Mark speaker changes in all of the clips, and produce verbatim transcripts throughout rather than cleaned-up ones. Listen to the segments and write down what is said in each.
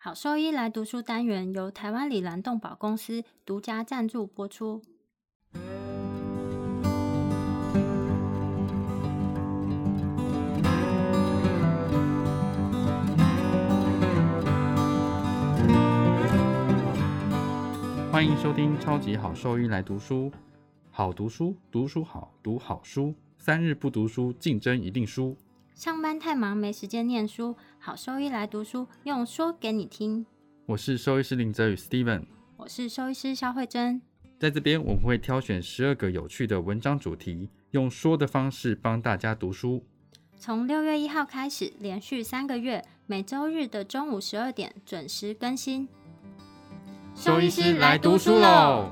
Speaker 1: 好兽医来读书单元由台湾里兰动保公司独家赞助播出。
Speaker 2: 欢迎收听超级好兽医来读书，好读书，读书好，读好书，三日不读书，竞争一定输。
Speaker 1: 上班太忙没时间念书，好兽医来读书，用说给你听。
Speaker 2: 我是兽医师林哲宇 Steven，
Speaker 1: 我是兽医师肖慧珍。
Speaker 2: 在这边我们会挑选十二个有趣的文章主题，用说的方式帮大家读书。
Speaker 1: 从六月一号开始，连续三个月，每周日的中午十二点准时更新。
Speaker 2: 兽医师来读书喽！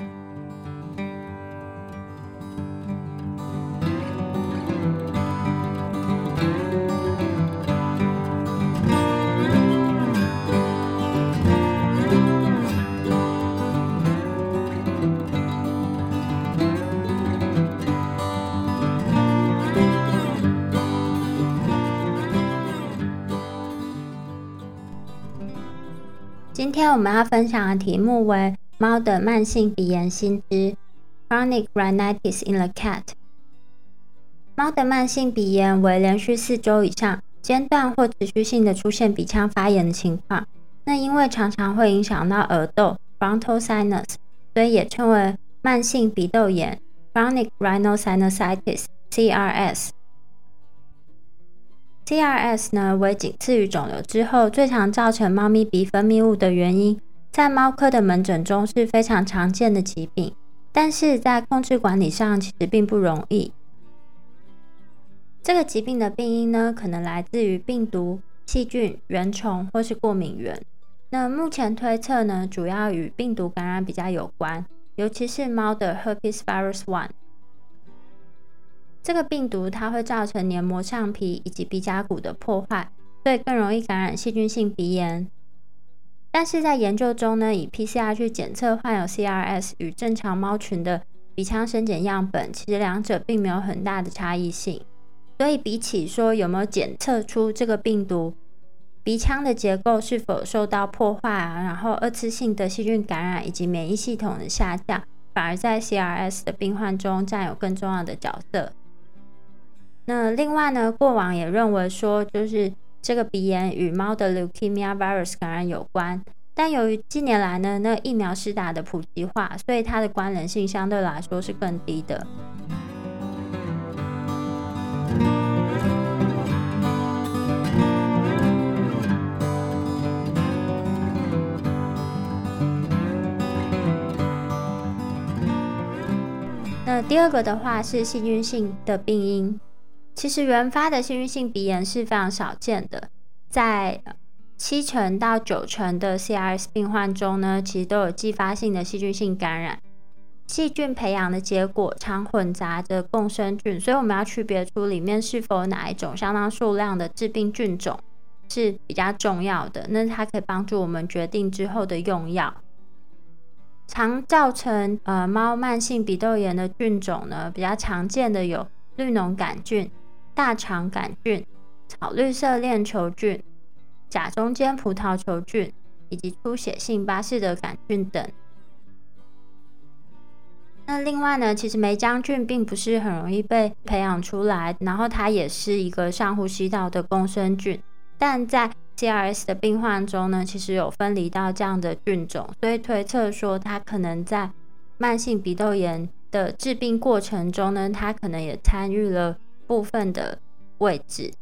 Speaker 1: 今天我们要分享的题目为猫的慢性鼻炎新知 Chronic Rhinitis in the Cat。 猫的慢性鼻炎为连续四周以上间断或持续性的出现鼻腔发炎的情况，那因为常常会影响到耳窦 Frontal Sinus， 所以也称为慢性鼻窦炎 Chronic Rhinosinusitis C R S。C R S 呢为仅次于肿瘤之后最常造成猫咪鼻分泌物的原因，在猫科的门诊中是非常常见的疾病，但是在控制管理上其实并不容易。这个疾病的病因呢可能来自于病毒、细菌、原虫或是过敏源。那目前推测呢主要与病毒感染比较有关，尤其是猫的 Herpes virus 一。这个病毒它会造成黏膜上皮以及鼻甲骨的破坏，所以更容易感染细菌性鼻炎。但是在研究中呢，以 P C R 去检测患有 C R S 与正常猫群的鼻腔生检样本，其实两者并没有很大的差异性。所以比起说有没有检测出这个病毒，鼻腔的结构是否受到破坏啊，然后二次性的细菌感染以及免疫系统的下降，反而在 C R S 的病患中占有更重要的角色。那另外呢，过往也认为说就是这个鼻炎与猫的 Leukemia virus 感染有关，但由于近年来呢那疫苗施打的普及化，所以它的关联性相对来说是更低的。那第二个的话是细菌性的病因。其实原发的细菌性鼻炎是非常少见的，在七成到九成的 C R S 病患中呢，其实都有继发性的细菌性感染。细菌培养的结果常混杂着共生菌，所以我们要区别出里面是否有哪一种相当数量的致病菌种是比较重要的，那它可以帮助我们决定之后的用药。常造成呃猫慢性鼻窦炎的菌种呢，比较常见的有绿脓杆菌、大肠杆菌、草绿色链球菌、甲中间葡萄球菌以及出血性巴氏德杆菌等。那另外呢，其实梅浆菌并不是很容易被培养出来，然后它也是一个上呼吸道的共生菌，但在 C R S 的病患中呢，其实有分离到这样的菌种，所以推测说它可能在慢性鼻窦炎的致病过程中呢，它可能也参与了部分的位置。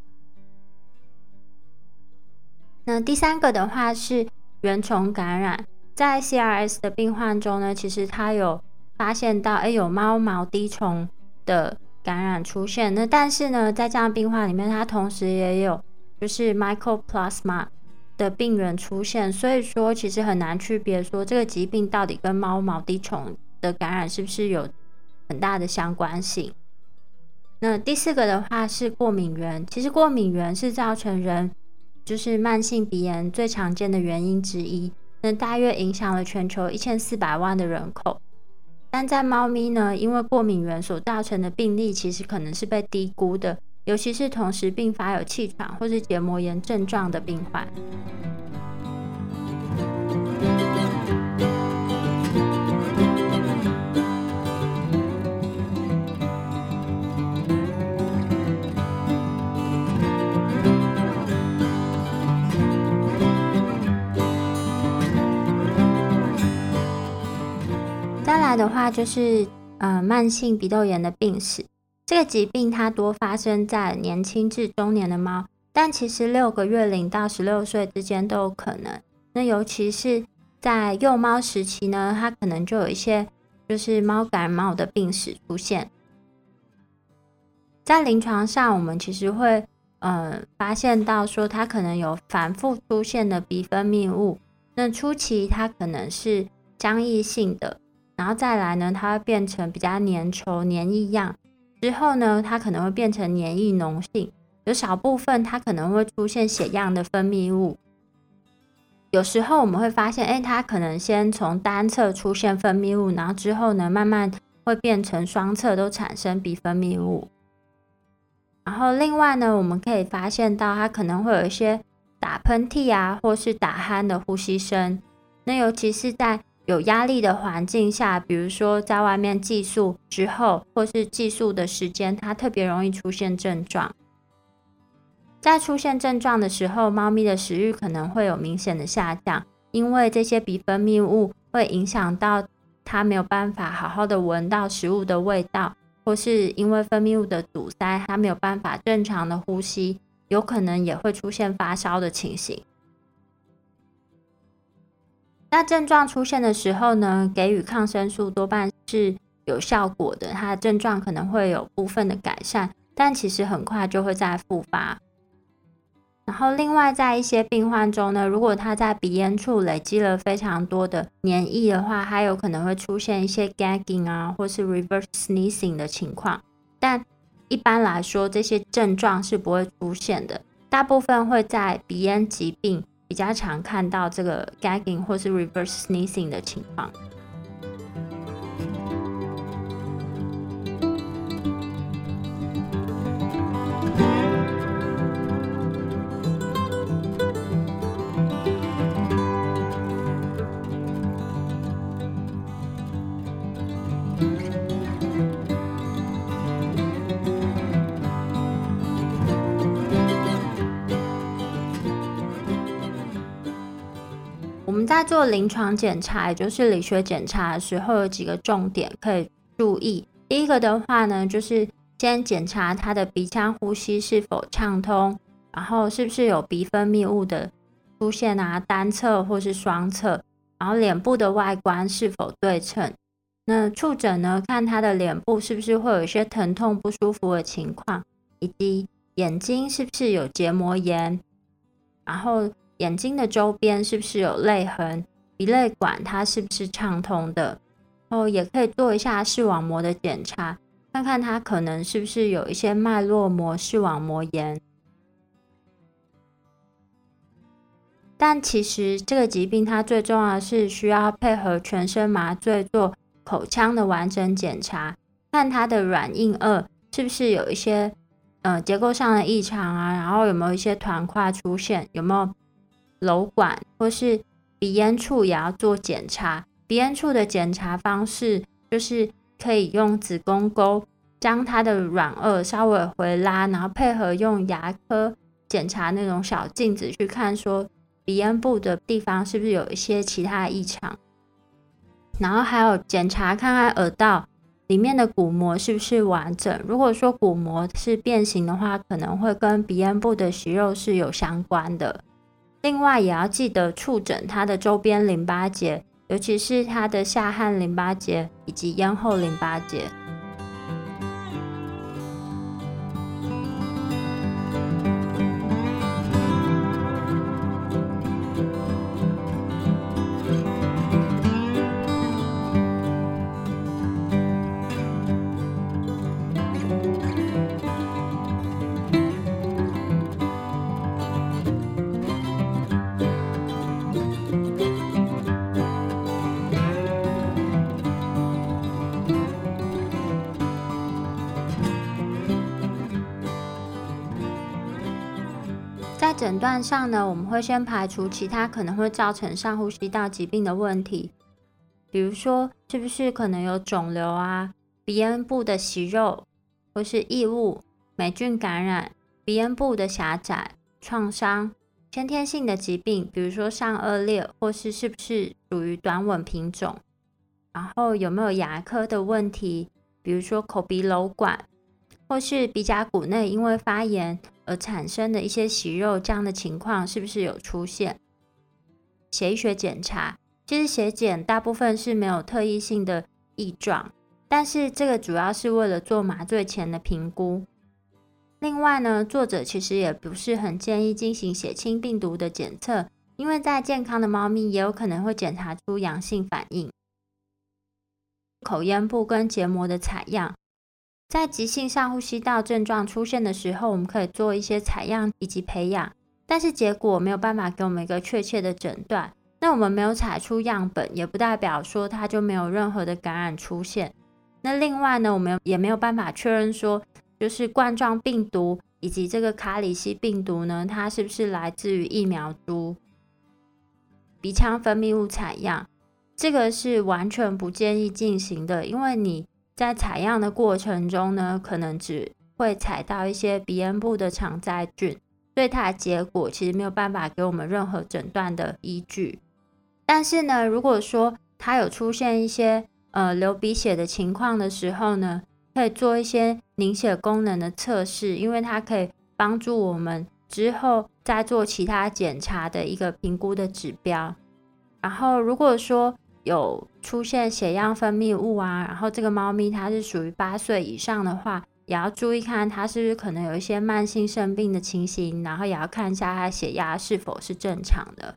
Speaker 1: 那第三个的话是原虫感染，在 C R S 的病患中呢，其实它有发现到诶有猫毛滴虫的感染出现，那但是呢在这样的病患里面，它同时也有就是 Mycoplasma 的病原出现，所以说其实很难区别说这个疾病到底跟猫毛滴虫的感染是不是有很大的相关性。那第四个的话是过敏源，其实过敏源是造成人就是慢性鼻炎最常见的原因之一，那大约影响了全球一千四百万的人口。但在猫咪呢，因为过敏源所造成的病例其实可能是被低估的，尤其是同时并发有气喘或是结膜炎症状的病患。 来的话就是呃慢性鼻窦炎的病史。这个疾病它多发生在年轻至中年的猫，但其实六个月龄到十六岁之间都有可能。那尤其是在幼猫时期呢，它可能就有一些就是猫感冒的病史出现。在临床上，我们其实会呃发现到说，它可能有反复出现的鼻分泌物。那初期它可能是僵硬性的，然后再来呢，它会变成比较粘稠、黏液样。之后呢，它可能会变成黏液脓性，有少部分它可能会出现血样的分泌物。有时候我们会发现，哎，它可能先从单侧出现分泌物，然后之后呢，慢慢会变成双侧都产生鼻分泌物。然后另外呢，我们可以发现到它可能会有一些打喷嚏啊，或是打鼾的呼吸声。那尤其是在有压力的环境下，比如说在外面寄宿之后，或是寄宿的时间，它特别容易出现症状。在出现症状的时候，猫咪的食欲可能会有明显的下降，因为这些鼻分泌物会影响到它没有办法好好的闻到食物的味道，或是因为分泌物的堵塞，它没有办法正常的呼吸，有可能也会出现发烧的情形。那症状出现的时候呢，给予抗生素多半是有效果的，它的症状可能会有部分的改善，但其实很快就会再复发。然后另外在一些病患中呢，如果它在鼻咽处累积了非常多的黏液的话，它有可能会出现一些 gagging 啊，或是 reverse sneezing 的情况。但一般来说，这些症状是不会出现的，大部分会在鼻咽疾病比较常看到这个 gagging 或是 reverse sneezing 的情况。我们在做临床检查，也就是理学检查的时候，有几个重点可以注意。第一个的话呢，就是先检查它的鼻腔呼吸是否畅通，然后是不是有鼻分泌物的出现啊，单侧或是双侧，然后脸部的外观是否对称。那触诊呢，看它的脸部是不是会有一些疼痛不舒服的情况，以及眼睛是不是有结膜炎，然后眼睛的周边是不是有泪痕，鼻泪管它是不是畅通的，然后也可以做一下视网膜的检查，看看它可能是不是有一些脉络膜视网膜炎。但其实这个疾病它最重要的是需要配合全身麻醉做口腔的完整检查，看它的软硬腭是不是有一些呃结构上的异常啊，然后有没有一些团块出现，有没有瘘管，或是鼻咽处也要做检查。鼻咽处的检查方式就是可以用子宫钩将它的软腭稍微回拉，然后配合用牙科检查那种小镜子去看说鼻咽部的地方是不是有一些其他的异常，然后还有检查看看耳道里面的鼓膜是不是完整。如果说鼓膜是变形的话，可能会跟鼻咽部的息肉是有相关的。另外也要记得触诊它的周边淋巴结，尤其是它的下颌淋巴结以及咽后淋巴结。在诊断上呢，我们会先排除其他可能会造成上呼吸道疾病的问题，比如说是不是可能有肿瘤啊、鼻咽部的息肉，或是异物、霉菌感染、鼻咽部的狭窄、创伤、先天性的疾病，比如说上颚裂，或是是不是属于短吻品种。 然后有没有牙科的问题，比如说口鼻瘘管，或是鼻甲骨内因为发炎而产生的一些息肉，这样的情况是不是有出现？血液学检查，其实血检大部分是没有特异性的异状，但是这个主要是为了做麻醉前的评估。另外呢，作者其实也不是很建议进行血清病毒的检测，因为在健康的猫咪也有可能会检查出阳性反应。口咽部跟结膜的采样，在急性上呼吸道症状出现的时候，我们可以做一些采样以及培养，但是结果没有办法给我们一个确切的诊断。那我们没有采出样本，也不代表说它就没有任何的感染出现。那另外呢，我们也没有办法确认说，就是冠状病毒以及这个卡里西病毒呢，它是不是来自于疫苗株。鼻腔分泌物采样，这个是完全不建议进行的，因为你在采样的过程中呢，可能只会采到一些鼻咽部的常在菌，所以它的结果其实没有办法给我们任何诊断的依据。但是呢，如果说它有出现一些呃流鼻血的情况的时候呢，可以做一些凝血功能的测试，因为它可以帮助我们之后再做其他检查的一个评估的指标。然后如果说有出现血样分泌物啊，然后这个猫咪它是属于八岁以上的话，也要注意看它是不是可能有一些慢性肾病的情形，然后也要看一下它血压是否是正常的。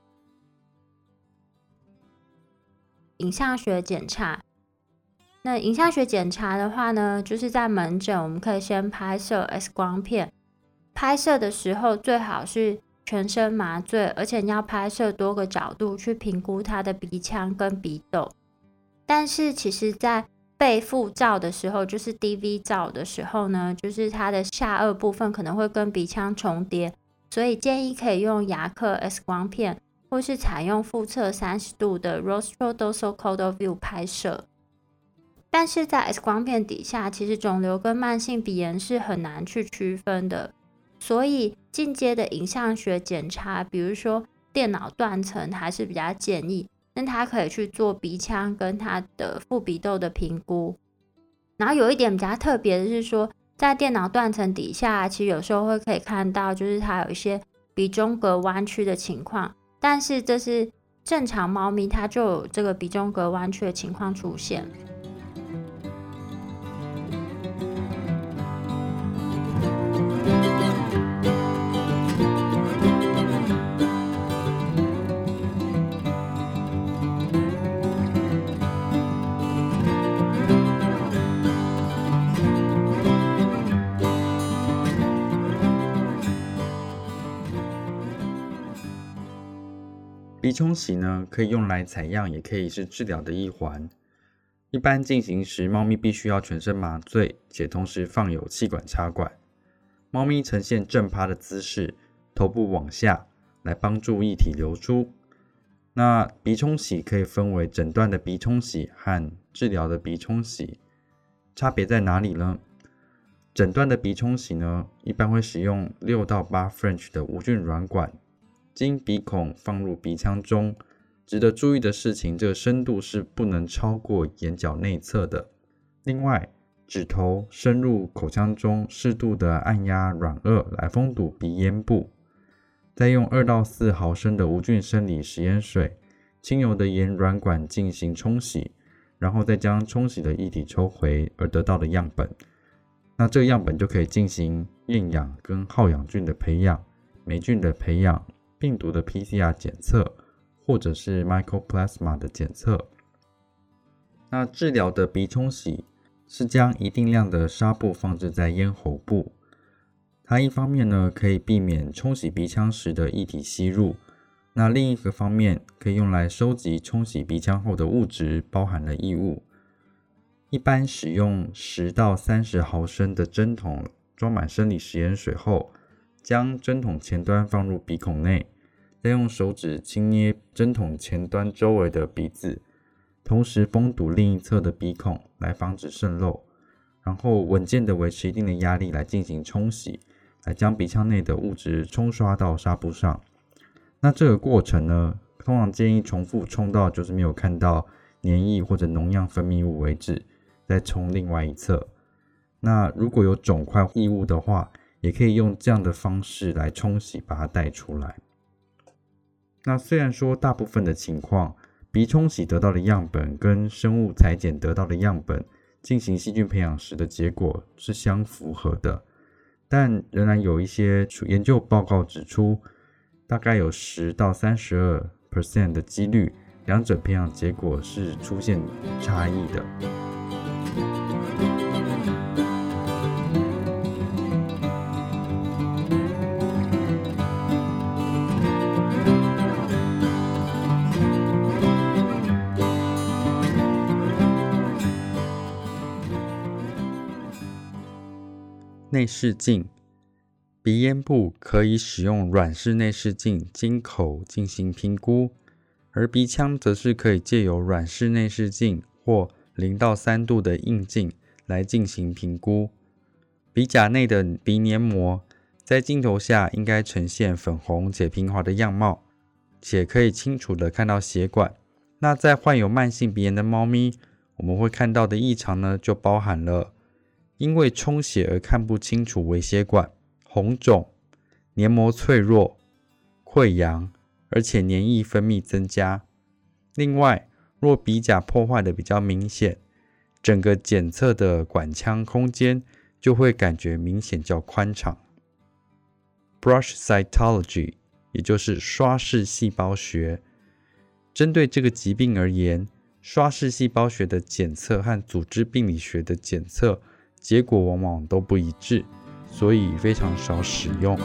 Speaker 1: 影像学检查，那影像学检查的话呢，就是在门诊我们可以先拍摄 X 光片，拍摄的时候最好是全身麻醉，而且你要拍摄多个角度去评估它的鼻腔跟鼻窦。但是其实在背腹照的时候，就是 D V 照的时候呢，就是它的下颚部分可能会跟鼻腔重叠，所以建议可以用牙科 X 光片，或是采用腹侧三十度的 Rostral Dorsal Caudal View 拍摄。但是在 X 光片底下，其实肿瘤跟慢性鼻炎是很难去区分的，所以进阶的影像学检查，比如说电脑断层，还是比较建议。那它可以去做鼻腔跟它的腹鼻窦的评估。然后有一点比较特别的是说，在电脑断层底下，其实有时候会可以看到，就是它有一些鼻中隔弯曲的情况，但是这是正常猫咪它就有这个鼻中隔弯曲的情况出现。
Speaker 2: 鼻冲洗呢，可以用来采样，也可以是治疗的一环。一般进行时，猫咪必须要全身麻醉，且同时放有气管插管。猫咪呈现正趴的姿势，头部往下，来帮助液体流出。那鼻冲洗可以分为诊断的鼻冲洗和治疗的鼻冲洗，差别在哪里呢？诊断的鼻冲洗呢，一般会使用六到八 French 的无菌软管，经鼻孔放入鼻腔中。值得注意的事情，这个深度是不能超过眼角内侧的。另外，指头深入口腔中，适度的按压软腭来封堵鼻咽部，再用二到四毫升的无菌生理食盐水，轻柔的沿软管进行冲洗，然后再将冲洗的液体抽回而得到的样本。那这个样本就可以进行厌氧跟好氧菌的培养、霉菌的培养、病毒的 P C R 检测，或者是 Mycoplasma 的检测。那治疗的鼻冲洗是将一定量的纱布放置在咽喉部，它一方面呢可以避免冲洗鼻腔时的液体吸入，那另一个方面可以用来收集冲洗鼻腔后的物质，包含了异物。一般使用十到三十毫升的针筒装满生理食盐水后，将针筒前端放入鼻孔内，再用手指轻捏针筒前端周围的鼻子，同时封堵另一侧的鼻孔来防止渗漏，然后稳健的维持一定的压力来进行冲洗，来将鼻腔内的物质冲刷到纱布上。那这个过程呢，通常建议重复冲到就是没有看到黏液或者脓样分泌物为止，再冲另外一侧。那如果有肿块异物的话，也可以用这样的方式来冲洗，把它带出来。那虽然说大部分的情况，鼻冲洗得到的样本跟生物裁剪得到的样本进行细菌培养时的结果是相符合的，但仍然有一些研究报告指出，大概有百分之十到百分之三十二 的几率，两者培养结果是出现差异的。内视镜，鼻咽部可以使用软式内视镜经口进行评估，而鼻腔则是可以借由软式内视镜或零到三度的硬镜来进行评估。鼻甲内的鼻黏膜在镜头下应该呈现粉红且平滑的样貌，且可以清楚地看到血管。那在患有慢性鼻炎的猫咪，我们会看到的异常呢，就包含了因为充血而看不清楚微血管、红肿、黏膜脆弱、溃疡，而且黏液分泌增加。另外，若鼻甲破坏的比较明显，整个检测的管腔空间就会感觉明显较宽敞。Brush cytology， 也就是刷式细胞学。针对这个疾病而言，刷式细胞学的检测和组织病理学的检测结果往往都不一致，所以非常少使用。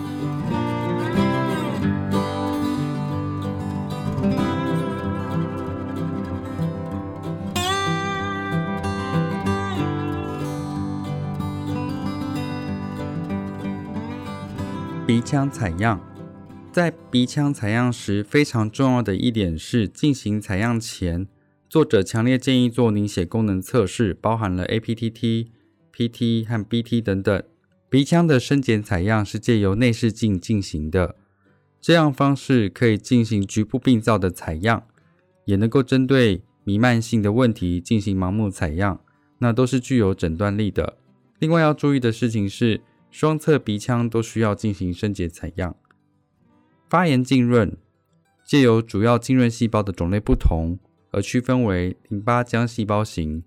Speaker 2: 鼻腔采样，在鼻腔采样时，非常重要的一点是，进行采样前，作者强烈建议做凝血功能测试，包含了 A P T T、P T 和 B T 等等。鼻腔的深检采样是借由内视镜进行的，这样方式可以进行局部病灶的采样，也能够针对弥漫性的问题进行盲目采样，那都是具有诊断力的。另外要注意的事情是，双侧鼻腔都需要进行深检采样。发炎浸润，借由主要浸润细胞的种类不同，而区分为淋巴浆细胞型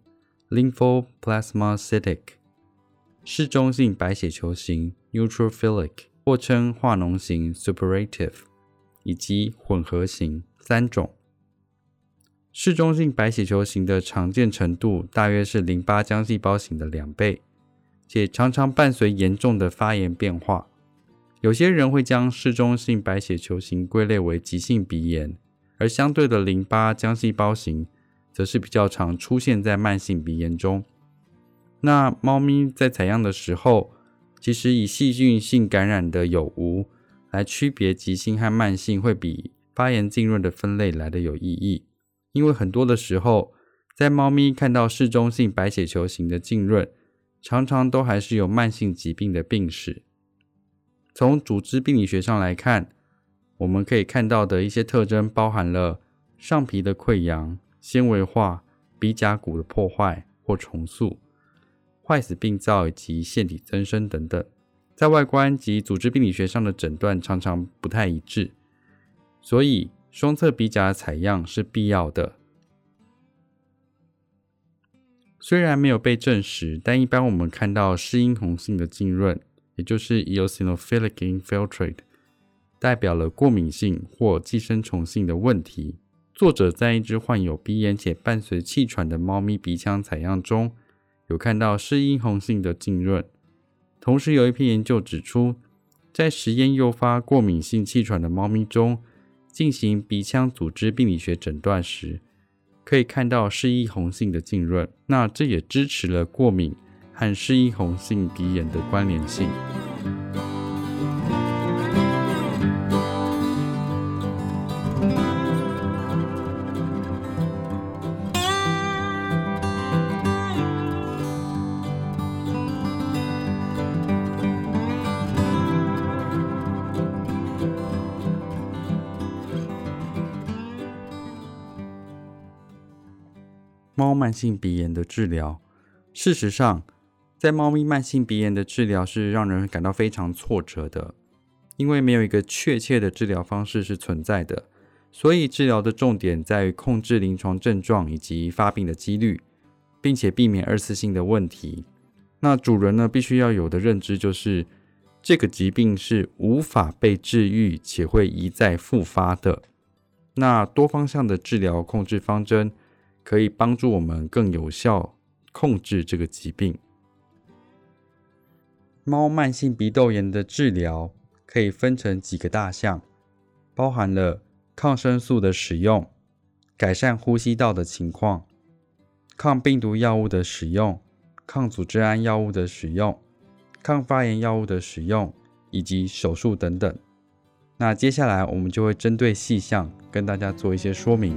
Speaker 2: （lymphoplasmacytic）、嗜中性白血球型 （neutrophilic） 或称化脓型 （suppurative） 以及混合型三种。嗜中性白血球型的常见程度大约是淋巴浆细胞型的两倍，且常常伴随严重的发炎变化。有些人会将嗜中性白血球型归类为急性鼻炎，而相对的淋巴浆细胞型则是比较常出现在慢性鼻炎中。那猫咪在采样的时候，其实以细菌性感染的有无来区别急性和慢性，会比发炎浸润的分类来得有意义。因为很多的时候，在猫咪看到嗜中性白血球型的浸润，常常都还是有慢性疾病的病史。从组织病理学上来看，我们可以看到的一些特征包含了上皮的溃疡、纤维化、鼻甲骨的破坏或重塑、坏死病灶以及腺体增生等等。在外观及组织病理学上的诊断常常不太一致，所以双侧鼻甲的采样是必要的。虽然没有被证实，但一般我们看到嗜阴红性的浸润，也就是 eosinophilic infiltrate， 代表了过敏性或寄生虫性的问题。作者在一只患有鼻炎且伴随气喘的猫咪鼻腔采样中，有看到嗜阴红性的浸润。同时有一篇研究指出，在实验诱发过敏性气喘的猫咪中，进行鼻腔组织病理学诊断时，可以看到嗜阴红性的浸润，那这也支持了过敏和嗜阴红性鼻炎的关联性。 猫慢性鼻炎的治疗。事实上，在猫咪慢性鼻炎的治疗是让人感到非常挫折的，因为没有一个确切的治疗方式是存在的，所以治疗的重点在于控制临床症状以及发病的几率，并且避免二次性的问题。那主人呢，必须要有的认知就是，这个疾病是无法被治愈且会一再复发的。那多方向的治疗控制方针可以帮助我们更有效控制这个疾病。猫慢性鼻窦炎的治疗可以分成几个大项，包含了抗生素的使用、改善呼吸道的情况、抗病毒药物的使用、抗组织胺药物的使用、抗发炎药物的使用以及手术等等。那接下来我们就会针对细项跟大家做一些说明。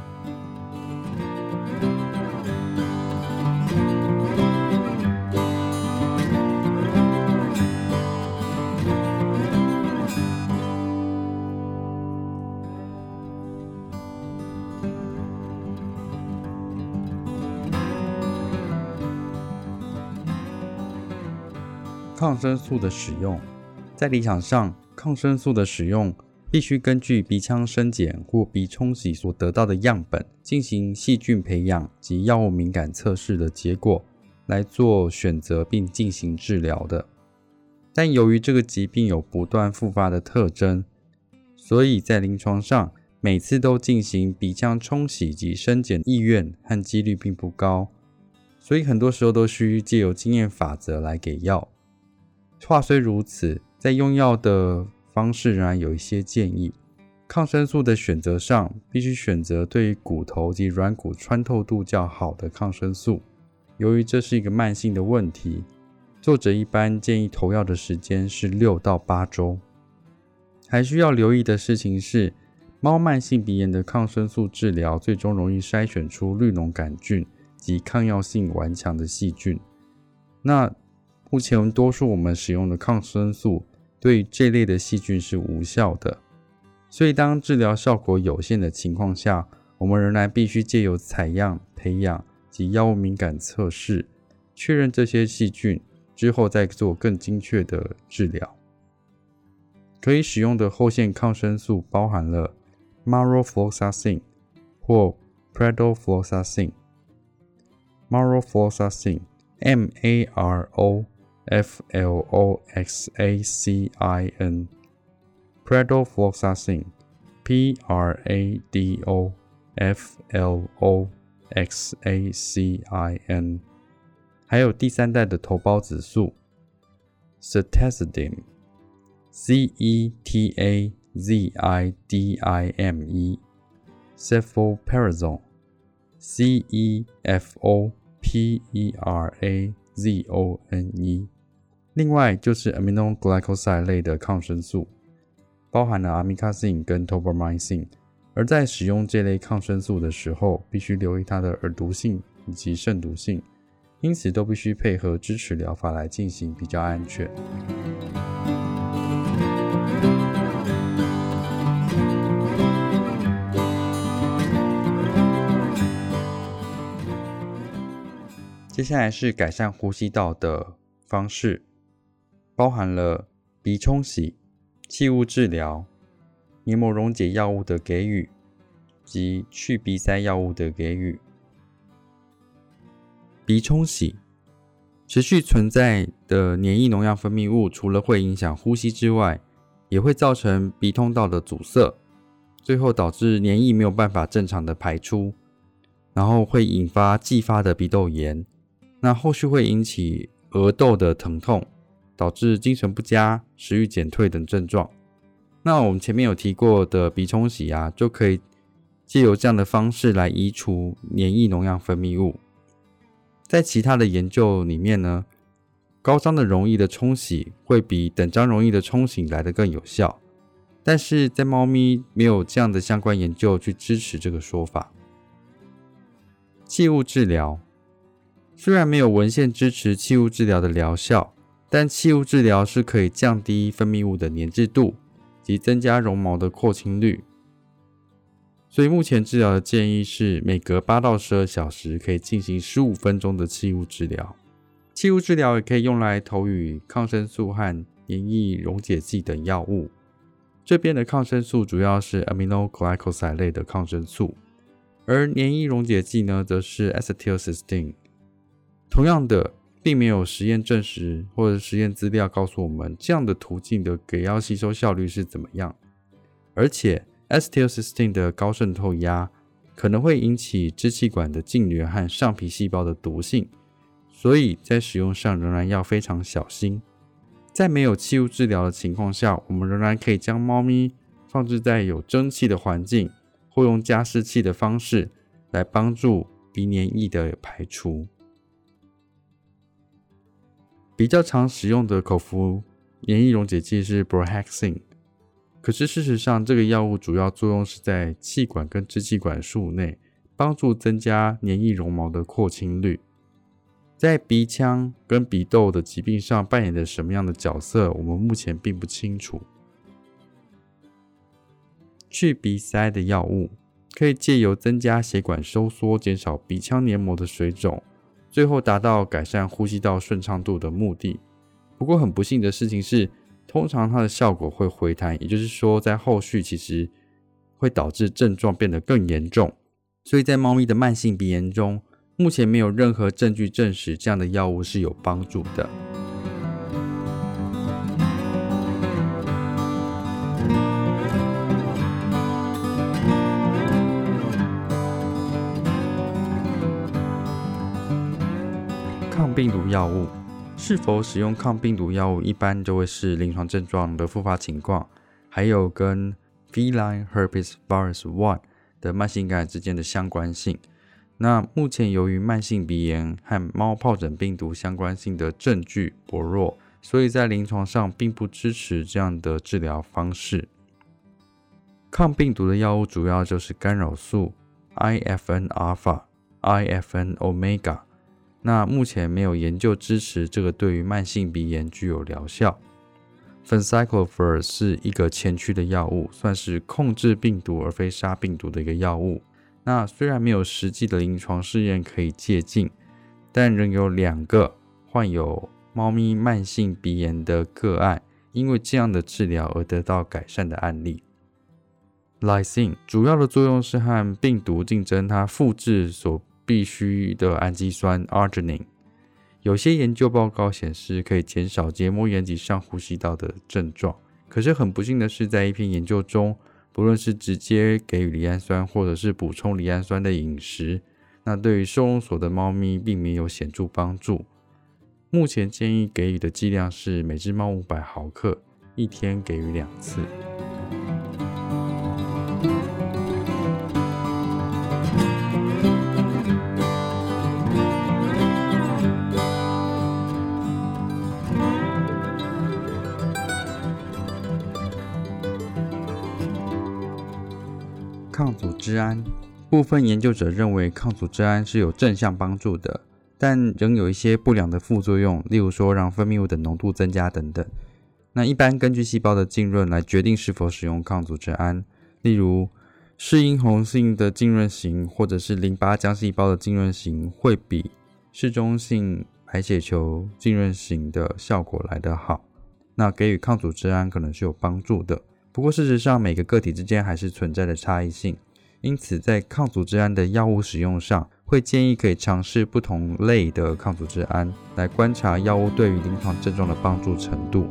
Speaker 2: 抗生素的使用，在临床上，抗生素的使用必须根据鼻腔生检或鼻冲洗所得到的样本进行细菌培养及药物敏感测试的结果来做选择并进行治疗的。但由于这个疾病有不断复发的特征，所以在临床上每次都进行鼻腔冲洗及生检意愿和几率并不高，所以很多时候都需借由经验法则来给药。话虽如此，在用药的方式仍然有一些建议。抗生素的选择上，必须选择对于骨头及软骨穿透度较好的抗生素。由于这是一个慢性的问题，作者一般建议投药的时间是六到八周。还需要留意的事情是，猫慢性鼻炎的抗生素治疗最终容易筛选出绿脓杆菌及抗药性顽强的细菌。那目前多数我们使用的抗生素对于这类的细菌是无效的，所以当治疗效果有限的情况下，我们仍然必须借由采样、培养及药物敏感测试，确认这些细菌之后再做更精确的治疗。可以使用的后线抗生素包含了 Marofloxacin 或 Predofloxacin。Marofloxacin M A R O F L O X A C I N Predofloxacin P R A D O F L O X A C I N 还有第三代的头孢子素 Ceftazidime C E T A Z I D I M E Cefoperazone C E F O P E R A Z O N E。 另外就是 aminoglycoside 类的抗生素，包含了 amikacin 跟 tobramycin， 而在使用这类抗生素的时候，必须留意它的耳毒性以及肾毒性，因此都必须配合支持疗法来进行比较安全。接下来是改善呼吸道的方式，包含了鼻冲洗、气雾治疗、黏膜溶解药物的给予及去鼻塞药物的给予。鼻冲洗，持续存在的黏液农药分泌物除了会影响呼吸之外，也会造成鼻通道的阻塞，最后导致黏液没有办法正常的排出，然后会引发继发的鼻窦炎。那后续会引起额窦的疼痛，导致精神不佳、食欲减退等症状。那我们前面有提过的鼻冲洗啊，就可以借由这样的方式来移除黏液农药分泌物。在其他的研究里面呢，高张的溶液的冲洗会比等张溶液的冲洗来得更有效，但是在猫咪没有这样的相关研究去支持这个说法。气雾治疗，虽然没有文献支持气雾治疗的疗效，但气雾治疗是可以降低分泌物的粘滞度及增加绒毛的扩清率。 所以目前治疗的建议是每隔八到十二小时可以进行十五分钟的气雾治疗。气雾治疗也可以用来投予抗生素和黏液溶解剂等药物。这边的抗生素主要是 aminoglycoside 类的抗生素，而黏液溶解剂呢，则是 acetylcysteine。同样的，并没有实验证实或者实验资料告诉我们这样的途径的给药吸收效率是怎么样。而且 acetylcysteine 的高渗透压可能会引起支气管的痉挛和上皮细胞的毒性，所以在使用上仍然要非常小心。在没有气雾治疗的情况下，我们仍然可以将猫咪放置在有蒸汽的环境，或用加湿器的方式来帮助鼻黏液的排除。比较常使用的口服黏液溶解剂是 Brohexin， 可是事实上这个药物主要作用是在气管跟支气管束内，帮助增加黏液绒毛的扩清率。在鼻腔跟鼻窦的疾病上扮演的什么样的角色，我们目前并不清楚。去鼻塞的药物可以借由增加血管收缩，减少鼻腔黏膜的水肿，最后达到改善呼吸道顺畅度的目的。不过很不幸的事情是，通常它的效果会回弹，也就是说在后续其实会导致症状变得更严重。所以在猫咪的慢性鼻炎中，目前没有任何证据证实这样的药物是有帮助的。抗病毒药物是否使用抗病毒药物，一般就会是临床症状的复发情况，还有跟 Feline Herpes Virus 一 的慢性感染之间的相关性。那目前由于慢性鼻炎和猫疱疹病毒相关性的证据薄弱，所以在临床上并不支持这样的治疗方式。抗病毒的药物主要就是干扰素 I F N alpha、I F N omega。那目前没有研究支持这个对于慢性鼻炎具有疗效。Phencyclovir 是一个前驱的药物，算是控制病毒而非杀病毒的一个药物。那虽然没有实际的临床试验可以借鉴，但仍有两个患有猫咪慢性鼻炎的个案因为这样的治疗而得到改善的案例。Lysine 主要的作用是和病毒竞争它复制所必须的氨基酸 arginine。 有些研究报告显示可以减少结膜炎及上呼吸道的症状，可是很不幸的是，在一篇研究中，不论是直接给予赖氨酸或者是补充赖氨酸的饮食，那对于收容所的猫咪并没有显著帮助。目前建议给予的剂量是每只猫五百毫克，一天给予两次。抗组织胺，部分研究者认为抗组织胺是有正向帮助的，但仍有一些不良的副作用，例如说让分泌物的浓度增加等等。那一般根据细胞的浸润来决定是否使用抗组织胺，例如适应红性的浸润型或者是淋巴浆细胞的浸润型会比嗜中性白血球浸润型的效果来得好，那给予抗组织胺可能是有帮助的。不过事实上每个个体之间还是存在的差异性，因此在抗组织胺的药物使用上，会建议可以尝试不同类的抗组织胺，来观察药物对于临床症状的帮助程度。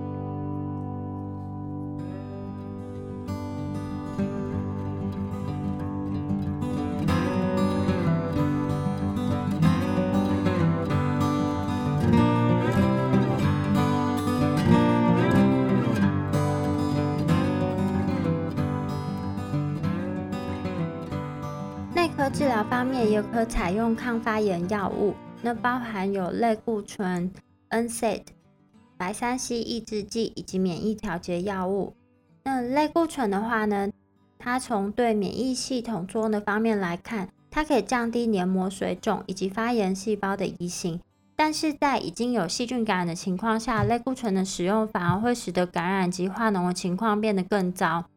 Speaker 1: 内科治疗方面也可采用抗发炎药物，那包含有类固醇、N SAID、白三烯抑制剂以及免疫调节药物。那类固醇的话呢，它从对免疫系统作用的方面来看，它可以降低黏膜水肿以及发炎细胞的移行。但是在已经有细菌感染的情况下，类固醇的使用反而会使得感染及化脓的情况变得更糟。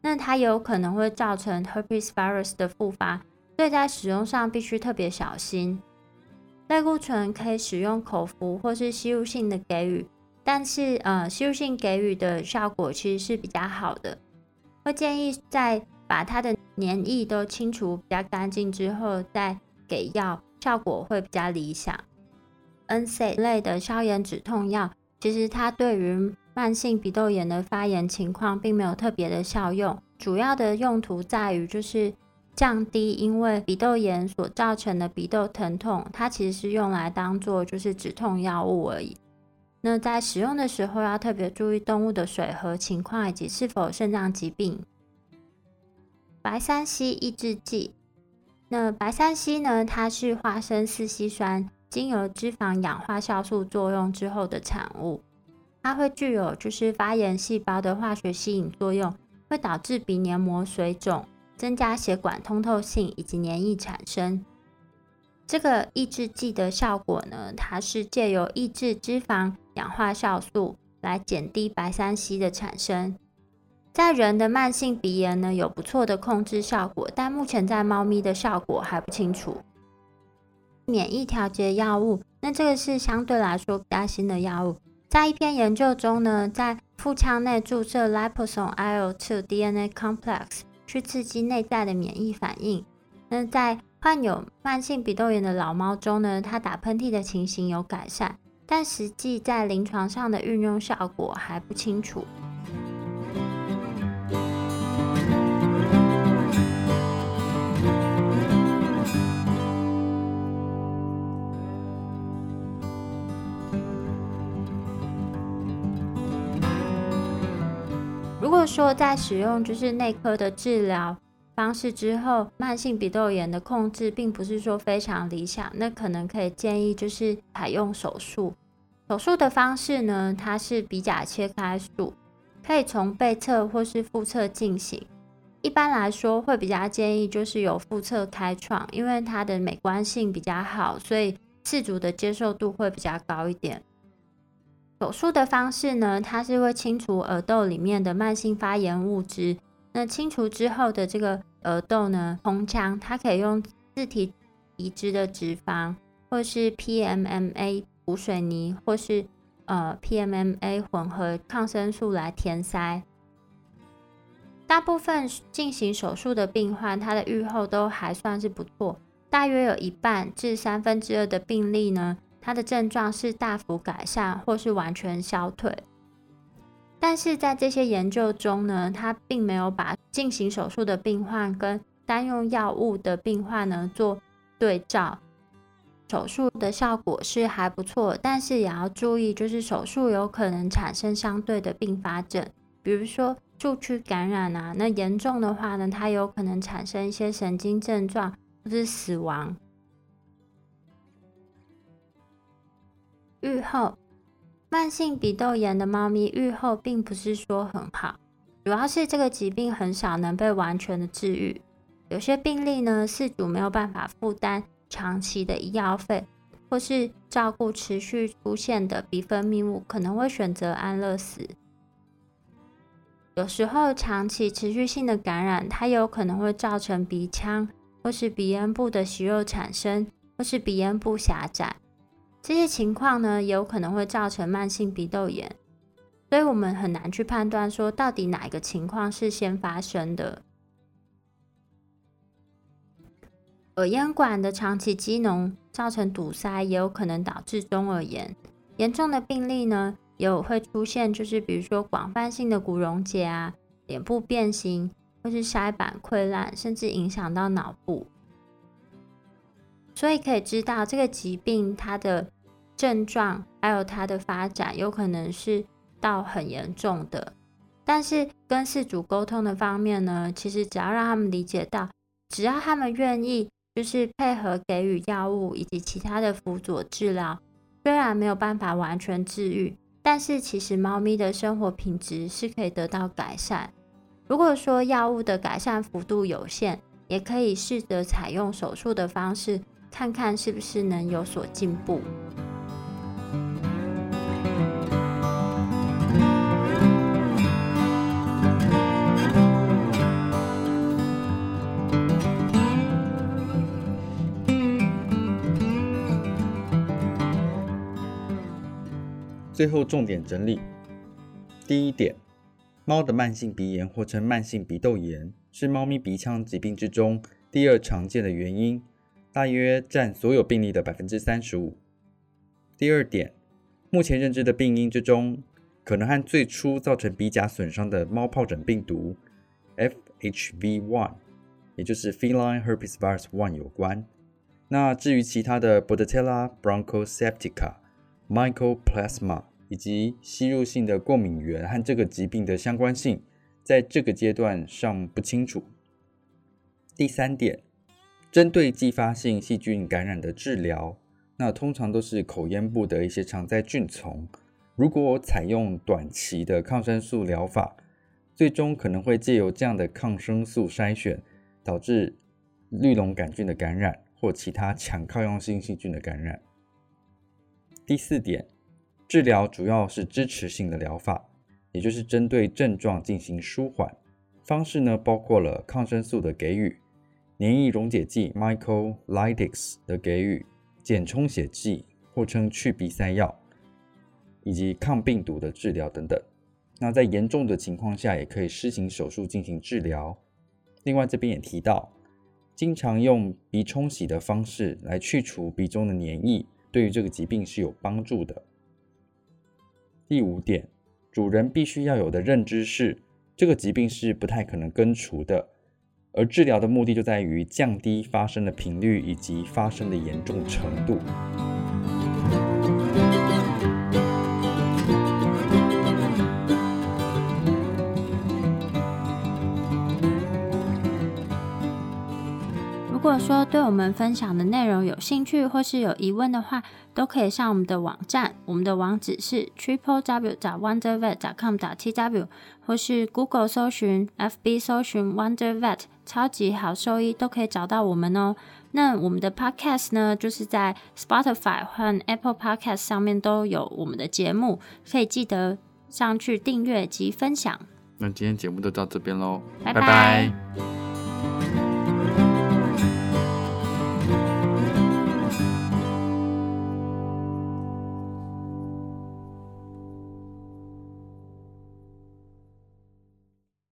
Speaker 1: 那它有可能会造成 herpes virus 的复发，所以在使用上必须特别小心。类固醇可以使用口服或是吸入性的给予，但是呃，吸入性给予的效果其实是比较好的，会建议在把它的黏液都清除比较干净之后再给药，效果会比较理想。N S A I D 类的消炎止痛药，其实它对于慢性鼻窦炎的发炎情况并没有特别的效用，主要的用途在于就是降低因为鼻窦炎所造成的鼻窦疼痛，它其实是用来当做就是止痛药物而已。那在使用的时候要特别注意动物的水合情况以及是否有肾脏疾病。白三烯抑制剂，那白三烯呢，它是花生四烯酸经由脂肪氧化酵素作用之后的产物，它会具有就是发炎细胞的化学吸引作用，会导致鼻黏膜水肿，增加血管通透性以及黏液产生。这个抑制剂的效果呢，它是借由抑制脂肪氧化酵素来减低白三烯的产生。在人的慢性鼻炎呢，有不错的控制效果，但目前在猫咪的效果还不清楚。免疫调节药物，那这个是相对来说比较新的药物。在一篇研究中呢，在腹腔内注射 liposome I L 二 D N A complex 去刺激内在的免疫反应。那在患有慢性鼻窦炎的老猫中呢，它打喷嚏的情形有改善，但实际在临床上的运用效果还不清楚。如果说在使用就是内科的治疗方式之后，慢性鼻窦炎的控制并不是说非常理想，那可能可以建议就是采用手术。手术的方式呢，它是鼻甲切开术，可以从背侧或是腹侧进行。一般来说会比较建议就是由腹侧开创，因为它的美观性比较好，所以饲主的接受度会比较高一点。手术的方式呢，它是会清除耳窦里面的慢性发炎物质。那清除之后的这个耳窦呢，空腔它可以用自体移植的脂肪，或是 P M M A 补水泥，或是呃 P M M A 混合抗生素来填塞。大部分进行手术的病患，他的预后都还算是不错，大约有一半至三分之二的病例呢，它的症状是大幅改善或是完全消退。但是在这些研究中呢，它并没有把进行手术的病患跟单用药物的病患呢做对照。手术的效果是还不错，但是也要注意，就是手术有可能产生相对的并发症，比如说术区感染啊，那严重的话呢，它有可能产生一些神经症状或是死亡。预后，慢性鼻窦炎的猫咪预后并不是说很好，主要是这个疾病很少能被完全的治愈。有些病例呢，饲主没有办法负担长期的医药费，或是照顾持续出现的鼻分泌物，可能会选择安乐死。有时候长期持续性的感染，它有可能会造成鼻腔或是鼻咽部的息肉产生，或是鼻咽部狭窄。这些情况呢，也有可能会造成慢性鼻窦炎，所以我们很难去判断说到底哪一个情况是先发生的。耳咽管的长期积脓造成堵塞，也有可能导致中耳炎。严重的病例呢，也有会出现就是比如说广泛性的骨溶解啊、脸部变形，或是筛板溃烂，甚至影响到脑部。所以可以知道这个疾病它的症状还有它的发展有可能是到很严重的。但是跟饲主沟通的方面呢，其实只要让他们理解到，只要他们愿意就是配合给予药物以及其他的辅佐治疗，虽然没有办法完全治愈，但是其实猫咪的生活品质是可以得到改善。如果说药物的改善幅度有限，也可以试着采用手术的方式，看看是不是能有所进步。
Speaker 2: 最后重点整理。第一点，猫的慢性鼻炎或称慢性鼻窦炎是猫咪鼻腔疾病之中第二常见的原因，大约占所有病例的 百分之三十五。第二点，目前认知的病因之中，可能和最初造成鼻甲损伤的猫疱疹病毒 F H V 一 也就是 Feline Herpes Virus 一 有关。那至于其他的 Bordetella bronchoseptica、Mycoplasma 以及吸入性的过敏原和这个疾病的相关性，在这个阶段尚不清楚。第三点，针对继发性细菌感染的治疗，那通常都是口咽部的一些常在菌丛，如果采用短期的抗生素疗法，最终可能会借由这样的抗生素筛选，导致绿脓杆菌的感染或其他强抗药性细菌的感染。第四点，治疗主要是支持性的疗法，也就是针对症状进行舒缓，方式呢包括了抗生素的给予、黏液溶解剂 Mucolytics 的给予、减充血剂或称去鼻塞药，以及抗病毒的治疗等等。那在严重的情况下，也可以施行手术进行治疗。另外这边也提到，经常用鼻冲洗的方式来去除鼻中的黏液，对于这个疾病是有帮助的。第五点，主人必须要有的认知是，这个疾病是不太可能根除的，而治疗的目的就在于降低发生的频率以及发生的严重程度。
Speaker 1: 如果说对我们分享的内容有兴趣或是有疑问的话，都可以上我们的网站，我们的网址是 triple w 点 wondervet 点 com 点 t w， 或是 Google 搜寻 F B 搜寻 Wondervet 超级好兽医都可以找到我们哦。那我们的 Podcast 呢，就是在 Spotify 和 Apple Podcast 上面都有我们的节目，可以记得上去订阅及分享。
Speaker 2: 那今天节目就到这边咯，
Speaker 1: 拜
Speaker 2: 拜拜。